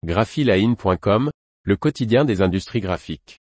graphiline.com, le quotidien des industries graphiques.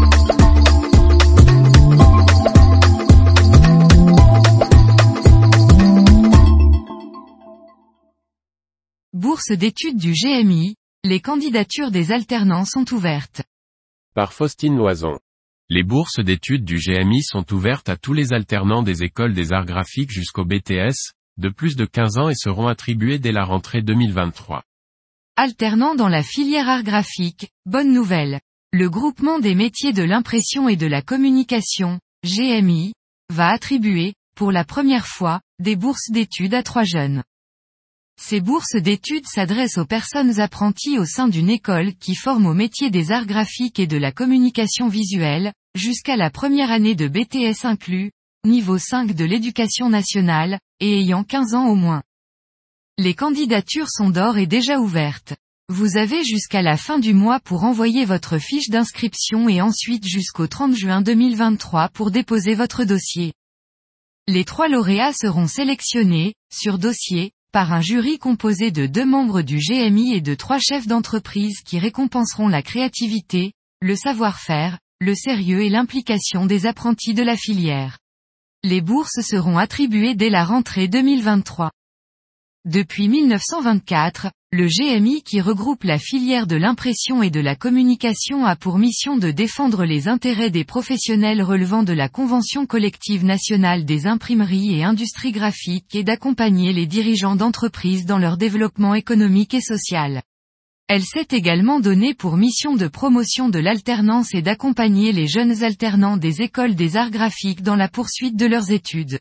Bourse d'études du GMI, les candidatures des alternants sont ouvertes. Par Faustine Loison. Les bourses d'études du GMI sont ouvertes à tous les alternants des écoles des arts graphiques jusqu'au BTS, de plus de 15 ans et seront attribuées dès la rentrée 2023. Alternants dans la filière art graphique, bonne nouvelle. Le groupement des métiers de l'impression et de la communication, GMI, va attribuer, pour la première fois, des bourses d'études à 3 jeunes. Ces bourses d'études s'adressent aux personnes apprenties au sein d'une école qui forme au métier des arts graphiques et de la communication visuelle, jusqu'à la première année de BTS inclus, niveau 5 de l'éducation nationale, et ayant 15 ans au moins. Les candidatures sont d'ores et déjà ouvertes. Vous avez jusqu'à la fin du mois pour envoyer votre fiche d'inscription et ensuite jusqu'au 30 juin 2023 pour déposer votre dossier. Les 3 lauréats seront sélectionnés, sur dossier, par un jury composé de 2 membres du GMI et de 3 chefs d'entreprise qui récompenseront la créativité, le savoir-faire, le sérieux et l'implication des apprentis de la filière. Les bourses seront attribuées dès la rentrée 2023. Depuis 1924, le GMI qui regroupe la filière de l'impression et de la communication a pour mission de défendre les intérêts des professionnels relevant de la Convention collective nationale des imprimeries et industries graphiques et d'accompagner les dirigeants d'entreprises dans leur développement économique et social. Elle s'est également donnée pour mission de promotion de l'alternance et d'accompagner les jeunes alternants des écoles des arts graphiques dans la poursuite de leurs études.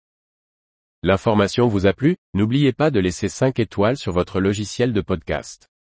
L'information vous a plu? N'oubliez pas de laisser 5 étoiles sur votre logiciel de podcast.